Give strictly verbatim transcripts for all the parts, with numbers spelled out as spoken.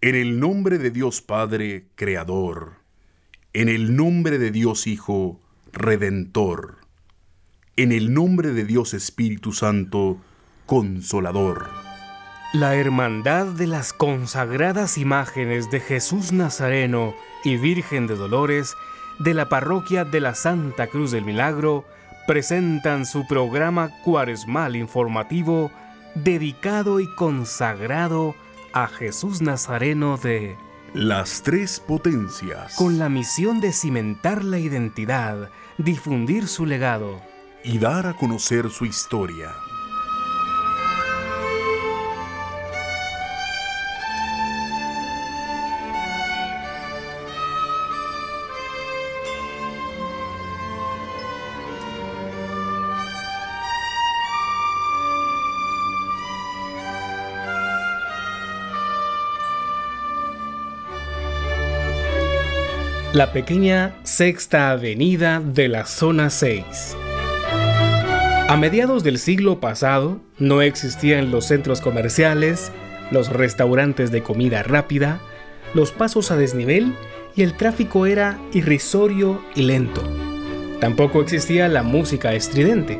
En el nombre de Dios Padre, Creador, en el nombre de Dios Hijo, Redentor, en el nombre de Dios Espíritu Santo, Consolador. La Hermandad de las consagradas imágenes de Jesús Nazareno y Virgen de Dolores de la Parroquia de la Santa Cruz del Milagro presentan su programa cuaresmal informativo dedicado y consagrado a Jesús Nazareno de Las Tres Potencias, con la misión de cimentar la identidad, difundir su legado y dar a conocer su historia. La pequeña Sexta Avenida de la Zona seis. A mediados del siglo pasado, no existían los centros comerciales, los restaurantes de comida rápida, los pasos a desnivel y el tráfico era irrisorio y lento. Tampoco existía la música estridente.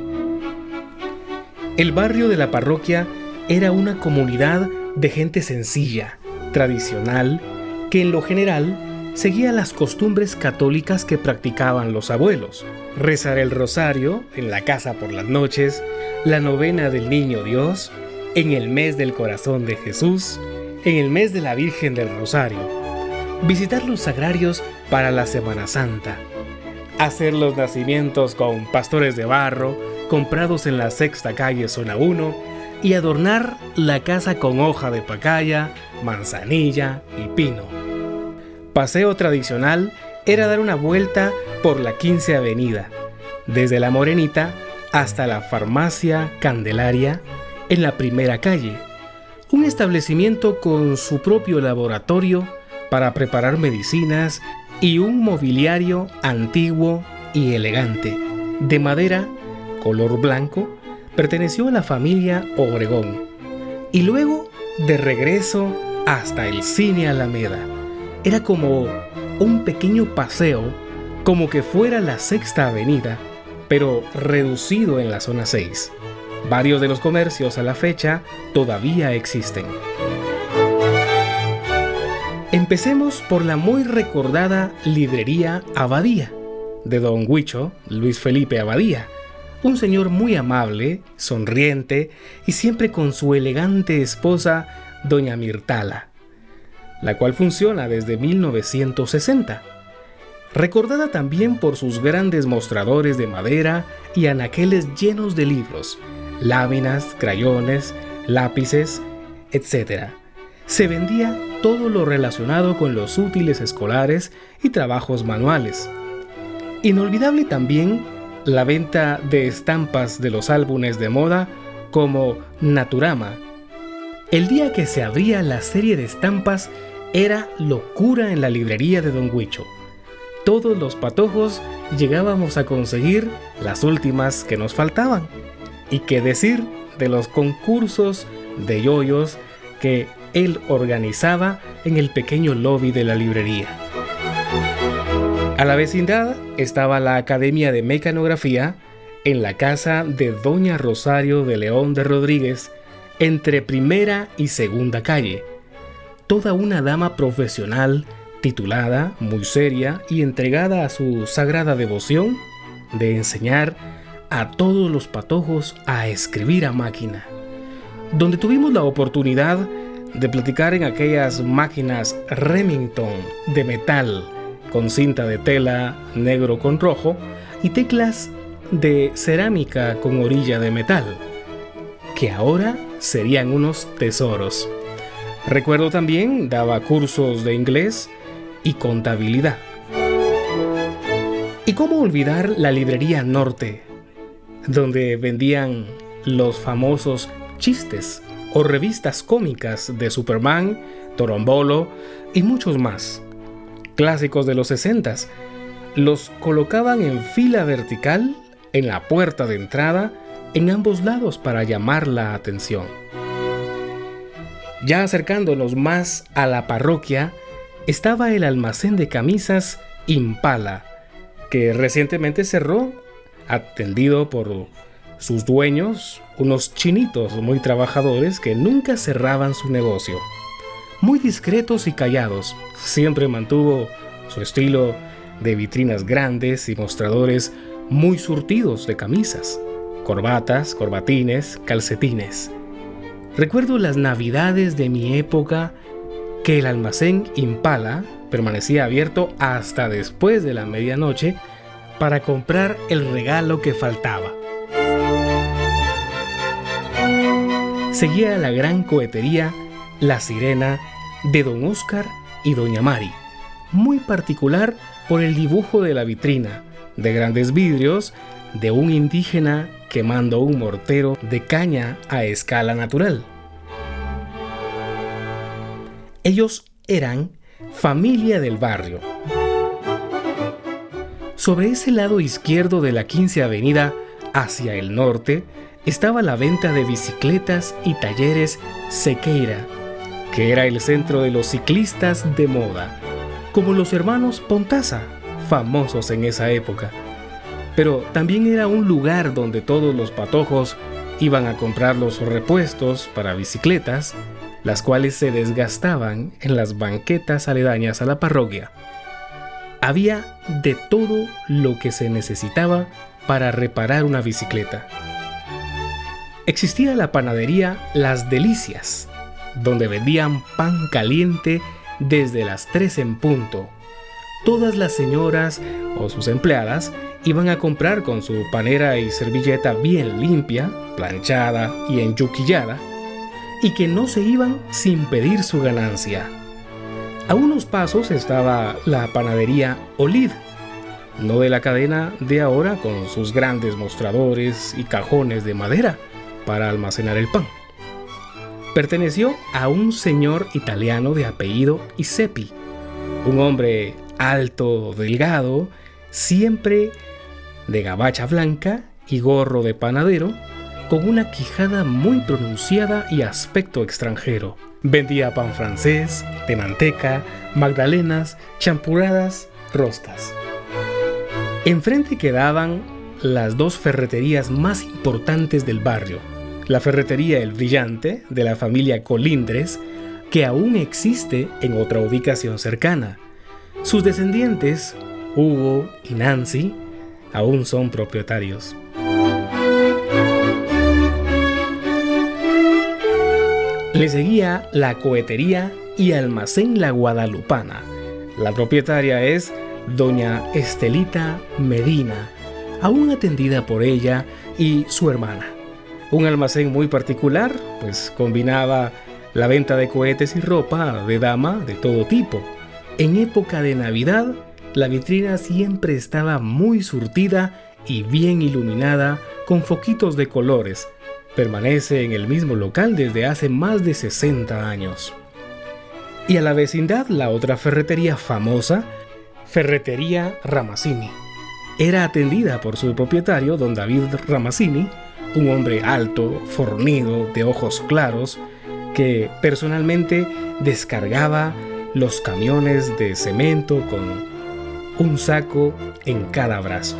El barrio de la parroquia era una comunidad de gente sencilla, tradicional, que en lo general seguía las costumbres católicas que practicaban los abuelos: rezar el rosario en la casa por las noches, la novena del Niño Dios, en el mes del Corazón de Jesús, en el mes de la Virgen del Rosario, visitar los sagrarios para la Semana Santa, hacer los nacimientos con pastores de barro comprados en la Sexta Calle Zona uno y adornar la casa con hoja de pacaya, manzanilla y pino. Paseo tradicional era dar una vuelta por la quince Avenida, desde la Morenita hasta la Farmacia Candelaria en la primera calle, un establecimiento con su propio laboratorio para preparar medicinas y un mobiliario antiguo y elegante, de madera, color blanco, perteneció a la familia Obregón. Y luego, de regreso hasta el Cine Alameda. Era como un pequeño paseo, como que fuera la Sexta Avenida, pero reducido en la Zona seis. Varios de los comercios a la fecha todavía existen. Empecemos por la muy recordada librería Abadía, de don Huicho, Luis Felipe Abadía, un señor muy amable, sonriente y siempre con su elegante esposa, doña Mirtala, la cual funciona desde mil novecientos sesenta. Recordada también por sus grandes mostradores de madera y anaqueles llenos de libros, láminas, crayones, lápices, etcétera. Se vendía todo lo relacionado con los útiles escolares y trabajos manuales. Inolvidable también la venta de estampas de los álbumes de moda como Naturama. El día que se abría la serie de estampas era locura en la librería de don Huicho. Todos los patojos llegábamos a conseguir las últimas que nos faltaban. Y qué decir de los concursos de yoyos que él organizaba en el pequeño lobby de la librería. A la vecindad estaba la Academia de Mecanografía en la casa de doña Rosario de León de Rodríguez, entre primera y segunda calle. Toda una dama profesional, titulada, muy seria y entregada a su sagrada devoción de enseñar a todos los patojos a escribir a máquina, donde tuvimos la oportunidad de platicar en aquellas máquinas Remington de metal con cinta de tela negro con rojo y teclas de cerámica con orilla de metal, que ahora serían unos tesoros. Recuerdo también daba cursos de inglés y contabilidad. ¿Y cómo olvidar la librería Norte, donde vendían los famosos chistes o revistas cómicas de Superman, Torombolo y muchos más? Clásicos de los sesentas, los colocaban en fila vertical en la puerta de entrada en ambos lados para llamar la atención. Ya acercándonos más a la parroquia, estaba el almacén de camisas Impala, que recientemente cerró, atendido por sus dueños, unos chinitos muy trabajadores que nunca cerraban su negocio. Muy discretos y callados, siempre mantuvo su estilo de vitrinas grandes y mostradores muy surtidos de camisas, corbatas, corbatines, calcetines. Recuerdo las navidades de mi época que el almacén Impala permanecía abierto hasta después de la medianoche para comprar el regalo que faltaba. Seguía la gran cohetería La Sirena de don Oscar y doña Mari, muy particular por el dibujo de la vitrina, de grandes vidrios, de un indígena quemando un mortero de caña a escala natural. Ellos eran familia del barrio. Sobre ese lado izquierdo de la quince Avenida, hacia el norte, estaba la venta de bicicletas y talleres Sequeira, que era el centro de los ciclistas de moda, como los hermanos Pontaza, famosos en esa época. Pero también era un lugar donde todos los patojos iban a comprar los repuestos para bicicletas, las cuales se desgastaban en las banquetas aledañas a la parroquia. Había de todo lo que se necesitaba para reparar una bicicleta. Existía la panadería Las Delicias, donde vendían pan caliente desde las tres en punto. Todas las señoras o sus empleadas iban a comprar con su panera y servilleta bien limpia, planchada y enyuquillada, y que no se iban sin pedir su ganancia. A unos pasos estaba la panadería Olid, no de la cadena de ahora con sus grandes mostradores y cajones de madera para almacenar el pan. Perteneció a un señor italiano de apellido Isepi, un hombre alto, delgado, siempre de gabacha blanca y gorro de panadero, con una quijada muy pronunciada y aspecto extranjero. Vendía pan francés, de manteca, magdalenas, champuradas, roscas. Enfrente quedaban las dos ferreterías más importantes del barrio. La ferretería El Brillante, de la familia Colindres, que aún existe en otra ubicación cercana. Sus descendientes, Hugo y Nancy, aún son propietarios. Le seguía la cohetería y almacén La Guadalupana. La propietaria es doña Estelita Medina, aún atendida por ella y su hermana. Un almacén muy particular, pues combinaba la venta de cohetes y ropa de dama de todo tipo. En época de Navidad, la vitrina siempre estaba muy surtida y bien iluminada con foquitos de colores. Permanece en el mismo local desde hace más de sesenta años. Y a la vecindad, la otra ferretería famosa, Ferretería Ramazzini. Era atendida por su propietario, don David Ramazzini, un hombre alto, fornido, de ojos claros, que personalmente descargaba los camiones de cemento con un saco en cada brazo.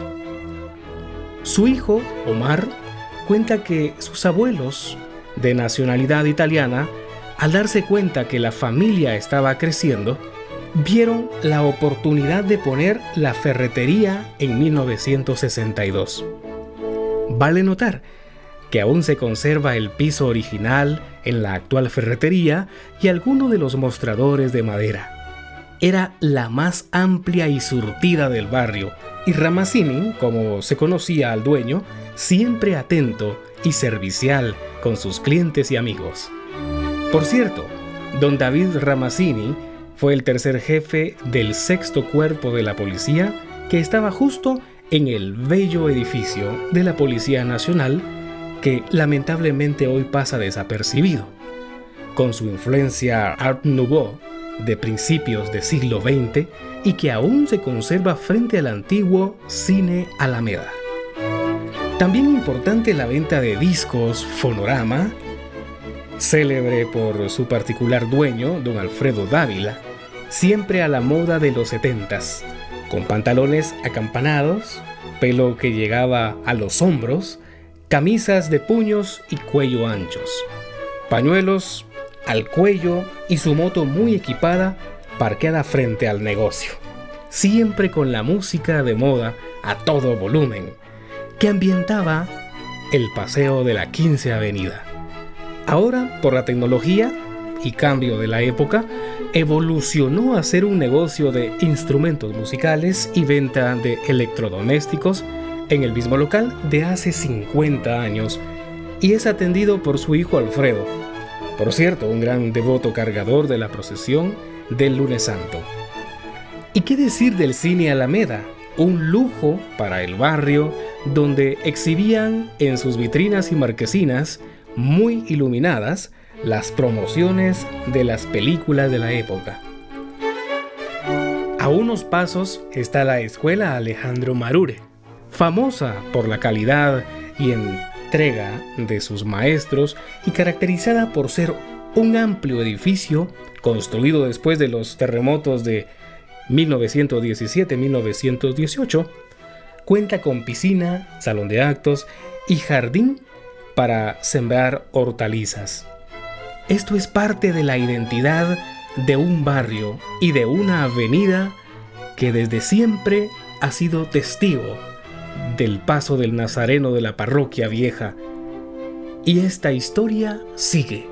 Su hijo, Omar, cuenta que sus abuelos, de nacionalidad italiana, al darse cuenta que la familia estaba creciendo, vieron la oportunidad de poner la ferretería en mil novecientos sesenta y dos. Vale notar que aún se conserva el piso original en la actual ferretería y algunos de los mostradores de madera. Era la más amplia y surtida del barrio, y Ramazzini, como se conocía al dueño, siempre atento y servicial con sus clientes y amigos. Por cierto, don David Ramazzini fue el tercer jefe del sexto cuerpo de la policía, que estaba justo en el bello edificio de la Policía Nacional, que lamentablemente hoy pasa desapercibido. Con su influencia Art Nouveau de principios del siglo veinte y que aún se conserva frente al antiguo Cine Alameda. También importante la venta de discos Fonorama célebre por su particular dueño, don Alfredo Dávila, siempre a la moda de los setentas, con pantalones acampanados, pelo que llegaba a los hombros, camisas de puños y cuello anchos, pañuelos al cuello y su moto muy equipada parqueada frente al negocio, siempre con la música de moda a todo volumen, que ambientaba el paseo de la quince Avenida. Ahora, por la tecnología y cambio de la época, evolucionó a ser un negocio de instrumentos musicales y venta de electrodomésticos en el mismo local de hace cincuenta años, y es atendido por su hijo Alfredo, por cierto, un gran devoto cargador de la procesión del Lunes Santo. ¿Y qué decir del Cine Alameda? Un lujo para el barrio, donde exhibían en sus vitrinas y marquesinas muy iluminadas las promociones de las películas de la época. A unos pasos está la Escuela Alejandro Marure, famosa por la calidad y entrega de sus maestros y caracterizada por ser un amplio edificio construido después de los terremotos de mil novecientos diecisiete a mil novecientos dieciocho, cuenta con piscina, salón de actos y jardín para sembrar hortalizas. Esto es parte de la identidad de un barrio y de una avenida que desde siempre ha sido testigo del paso del Nazareno de la Parroquia Vieja. Y esta historia sigue.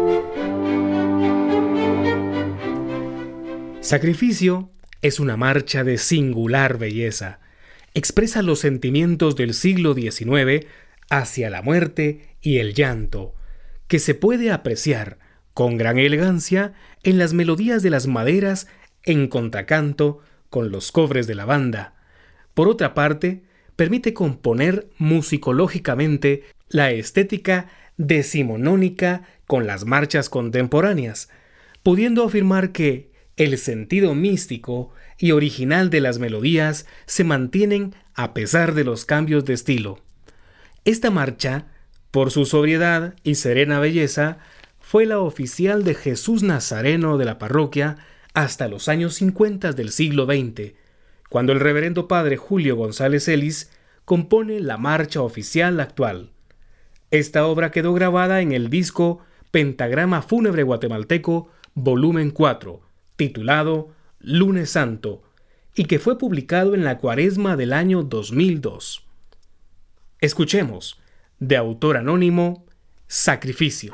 Sacrificio es una marcha de singular belleza. Expresa los sentimientos del siglo diecinueve hacia la muerte y el llanto, que se puede apreciar con gran elegancia en las melodías de las maderas en contracanto con los cobres de la banda. Por otra parte, permite componer musicológicamente la estética decimonónica con las marchas contemporáneas, pudiendo afirmar que el sentido místico y original de las melodías se mantienen a pesar de los cambios de estilo. Esta marcha, por su sobriedad y serena belleza, fue la oficial de Jesús Nazareno de la parroquia hasta los años cincuenta del siglo veinte, cuando el reverendo padre Julio González Ellis compone la marcha oficial actual. Esta obra quedó grabada en el disco Pentagrama Fúnebre Guatemalteco, volumen cuatro, titulado Lunes Santo, y que fue publicado en la cuaresma del año dos mil dos. Escuchemos, de autor anónimo, Sacrificio.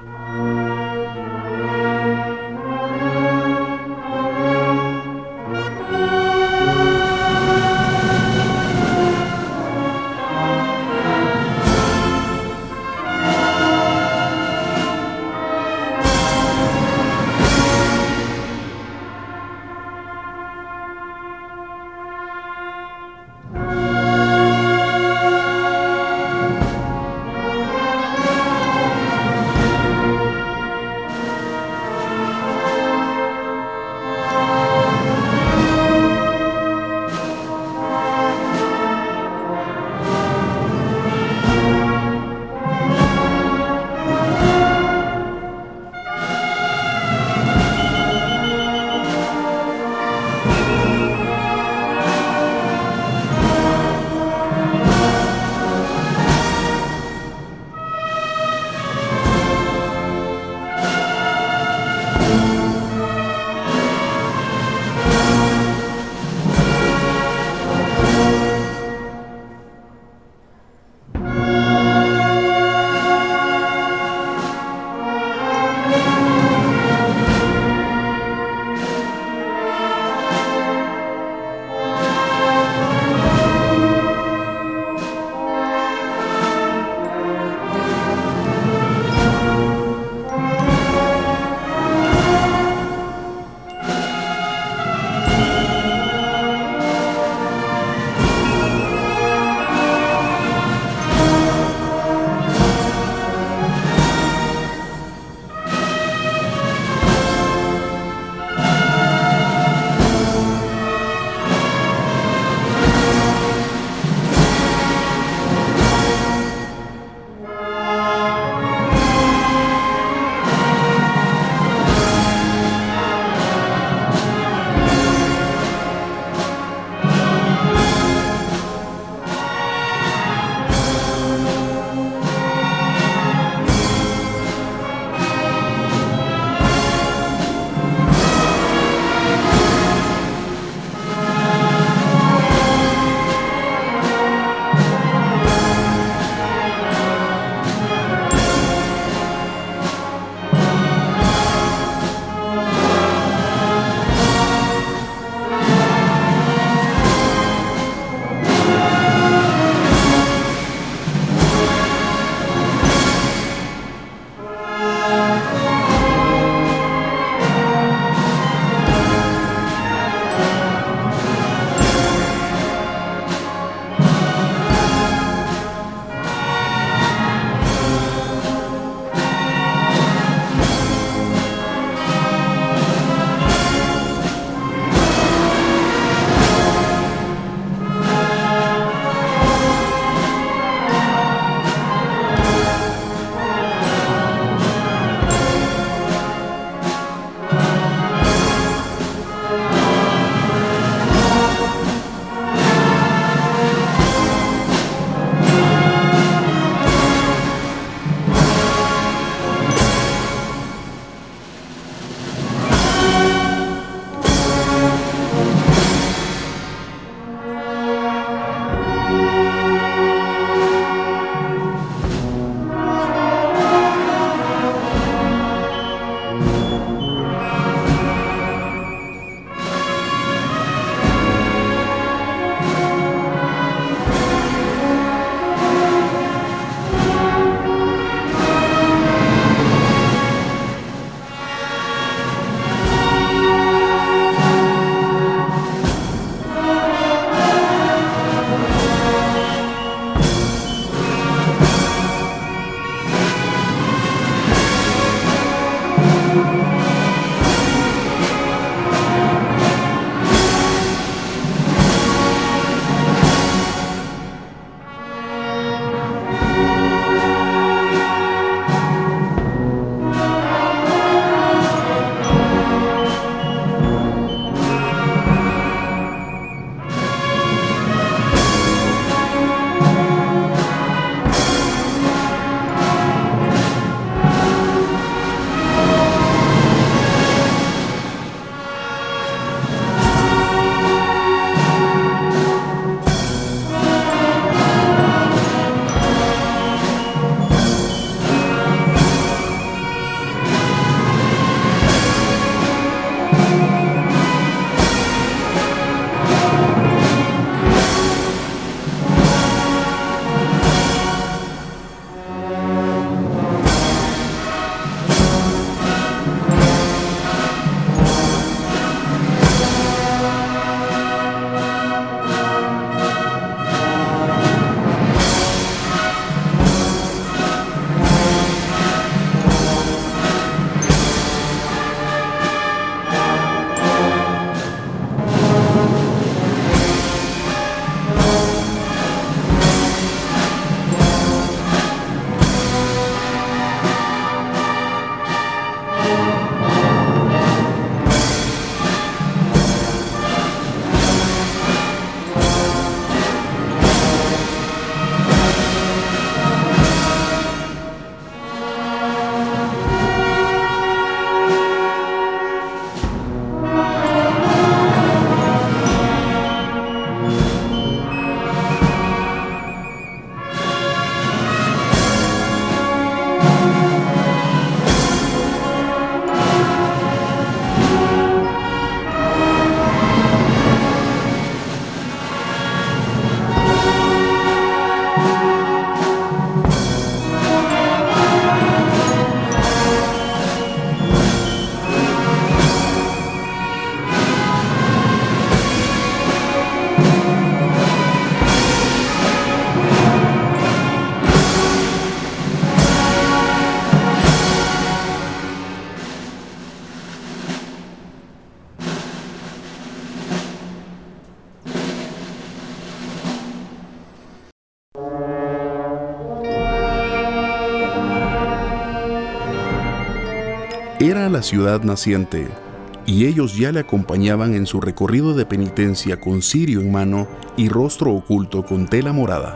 la ciudad naciente, y ellos ya le acompañaban en su recorrido de penitencia con cirio en mano y rostro oculto con tela morada.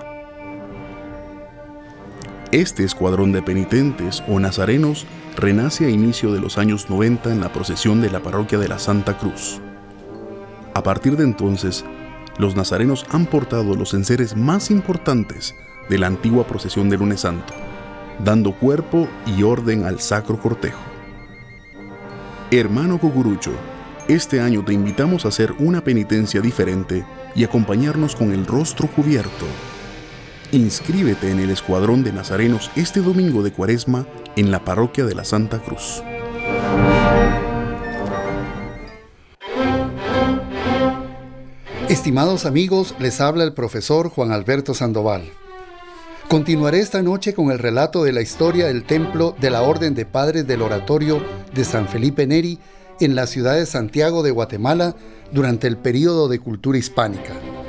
Este escuadrón de penitentes o nazarenos renace a inicio de los años noventa en la procesión de la parroquia de la Santa Cruz. A partir de entonces, los nazarenos han portado los enseres más importantes de la antigua procesión del Lunes Santo, dando cuerpo y orden al sacro cortejo. Hermano Cucurucho, este año te invitamos a hacer una penitencia diferente y acompañarnos con el rostro cubierto. Inscríbete en el escuadrón de nazarenos este domingo de Cuaresma en la parroquia de la Santa Cruz. Estimados amigos, les habla el profesor Juan Alberto Sandoval. Continuaré esta noche con el relato de la historia del templo de la Orden de Padres del Oratorio de San Felipe Neri en la ciudad de Santiago de Guatemala durante el período de cultura hispánica.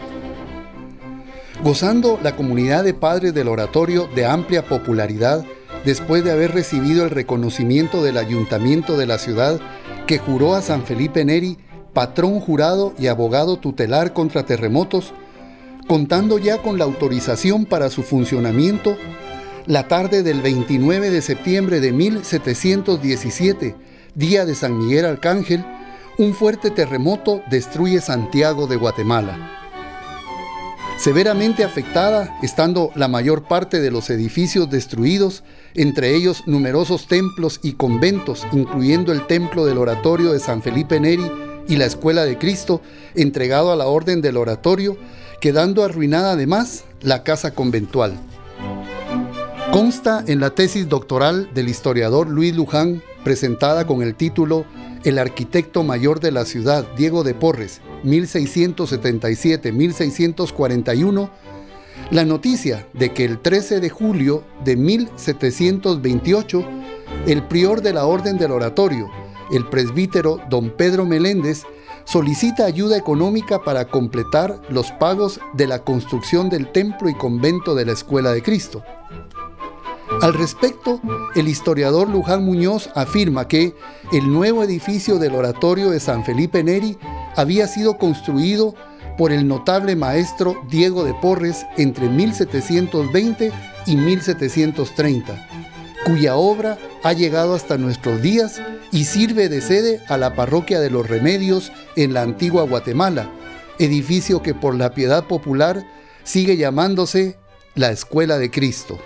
Gozando la comunidad de padres del oratorio de amplia popularidad después de haber recibido el reconocimiento del ayuntamiento de la ciudad que juró a San Felipe Neri patrón jurado y abogado tutelar contra terremotos, contando ya con la autorización para su funcionamiento, la tarde del veintinueve de septiembre de mil setecientos diecisiete, día de San Miguel Arcángel, un fuerte terremoto destruye Santiago de Guatemala. Severamente afectada, estando la mayor parte de los edificios destruidos, entre ellos numerosos templos y conventos, incluyendo el templo del oratorio de San Felipe Neri y la Escuela de Cristo, entregado a la Orden del Oratorio, quedando arruinada además la casa conventual. Consta en la tesis doctoral del historiador Luis Luján, presentada con el título El arquitecto mayor de la ciudad, Diego de Porres, mil seiscientos setenta y siete a mil seiscientos cuarenta y uno, la noticia de que el trece de julio de mil setecientos veintiocho, el prior de la Orden del Oratorio, el presbítero don Pedro Meléndez, solicita ayuda económica para completar los pagos de la construcción del templo y convento de la Escuela de Cristo. Al respecto, el historiador Luján Muñoz afirma que el nuevo edificio del oratorio de San Felipe Neri había sido construido por el notable maestro Diego de Porres entre mil setecientos veinte y mil setecientos treinta, cuya obra ha llegado hasta nuestros días y sirve de sede a la parroquia de los Remedios en la antigua Guatemala, edificio que por la piedad popular sigue llamándose la Escuela de Cristo.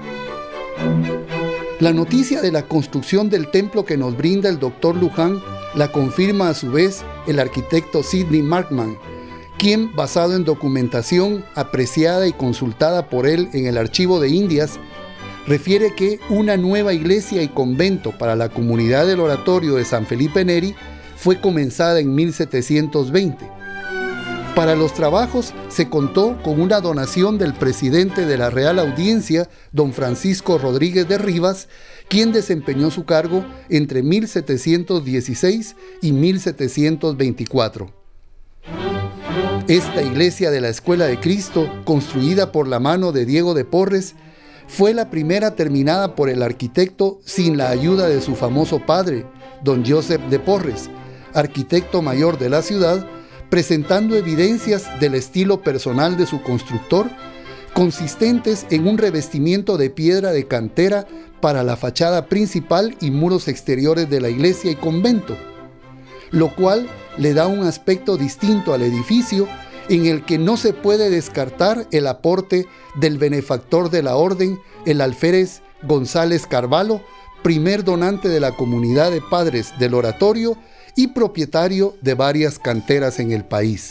La noticia de la construcción del templo que nos brinda el doctor Luján la confirma a su vez el arquitecto Sidney Markman, quien, basado en documentación apreciada y consultada por él en el Archivo de Indias, refiere que una nueva iglesia y convento para la comunidad del oratorio de San Felipe Neri fue comenzada en mil setecientos veinte. Para los trabajos se contó con una donación del presidente de la Real Audiencia, don Francisco Rodríguez de Rivas, quien desempeñó su cargo entre mil setecientos dieciséis y mil setecientos veinticuatro. Esta iglesia de la Escuela de Cristo, construida por la mano de Diego de Porres, fue la primera terminada por el arquitecto sin la ayuda de su famoso padre, don Joseph de Porres, arquitecto mayor de la ciudad, presentando evidencias del estilo personal de su constructor, consistentes en un revestimiento de piedra de cantera para la fachada principal y muros exteriores de la iglesia y convento, lo cual le da un aspecto distinto al edificio, en el que no se puede descartar el aporte del benefactor de la orden, el alférez González Carvalho, primer donante de la comunidad de padres del oratorio y propietario de varias canteras en el país.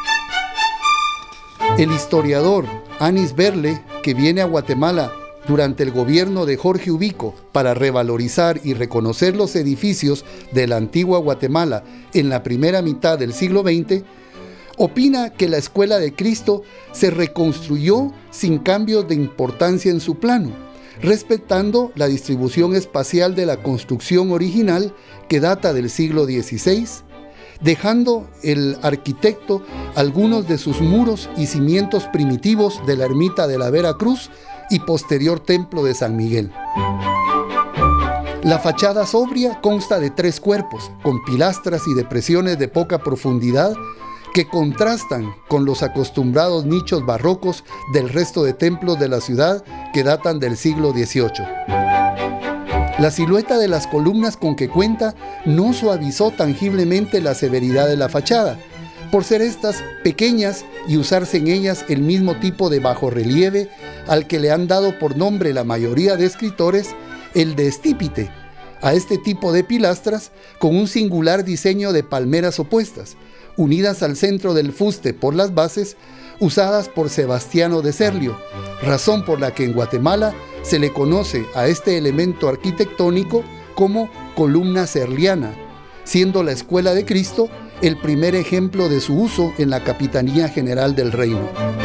El historiador Anis Berle, que viene a Guatemala durante el gobierno de Jorge Ubico para revalorizar y reconocer los edificios de la antigua Guatemala en la primera mitad del siglo veinte, opina que la Escuela de Cristo se reconstruyó sin cambios de importancia en su plano, respetando la distribución espacial de la construcción original que data del siglo dieciséis, dejando el arquitecto algunos de sus muros y cimientos primitivos de la ermita de la Vera Cruz y posterior templo de San Miguel. La fachada sobria consta de tres cuerpos, con pilastras y depresiones de poca profundidad que contrastan con los acostumbrados nichos barrocos del resto de templos de la ciudad que datan del siglo dieciocho. La silueta de las columnas con que cuenta no suavizó tangiblemente la severidad de la fachada, por ser estas pequeñas y usarse en ellas el mismo tipo de bajorrelieve al que le han dado por nombre la mayoría de escritores, el de estípite, a este tipo de pilastras con un singular diseño de palmeras opuestas, unidas al centro del fuste por las bases, usadas por Sebastiano de Serlio, razón por la que en Guatemala se le conoce a este elemento arquitectónico como columna serliana, siendo la Escuela de Cristo el primer ejemplo de su uso en la Capitanía General del Reino.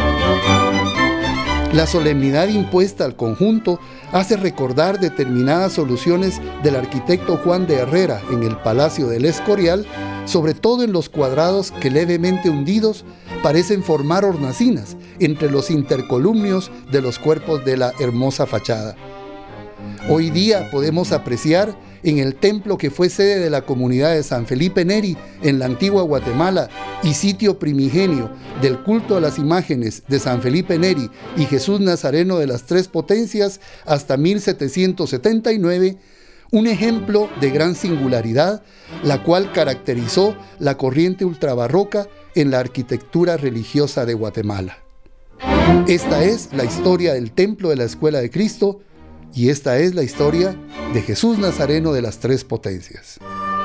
La solemnidad impuesta al conjunto hace recordar determinadas soluciones del arquitecto Juan de Herrera en el Palacio del Escorial, sobre todo en los cuadrados que levemente hundidos parecen formar hornacinas entre los intercolumnios de los cuerpos de la hermosa fachada. Hoy día podemos apreciar en el templo que fue sede de la comunidad de San Felipe Neri en la antigua Guatemala y sitio primigenio del culto a las imágenes de San Felipe Neri y Jesús Nazareno de las Tres Potencias hasta mil setecientos setenta y nueve, un ejemplo de gran singularidad, la cual caracterizó la corriente ultrabarroca en la arquitectura religiosa de Guatemala. Esta es la historia del templo de la Escuela de Cristo, y esta es la historia de Jesús Nazareno de las Tres Potencias.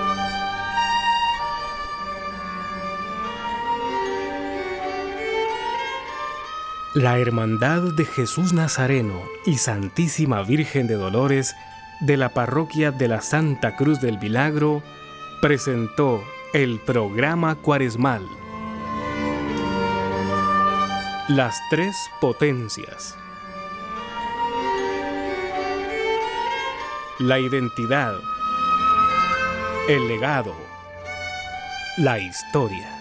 La Hermandad de Jesús Nazareno y Santísima Virgen de Dolores de la Parroquia de la Santa Cruz del Milagro presentó el programa cuaresmal Las Tres Potencias. La identidad, el legado, la historia.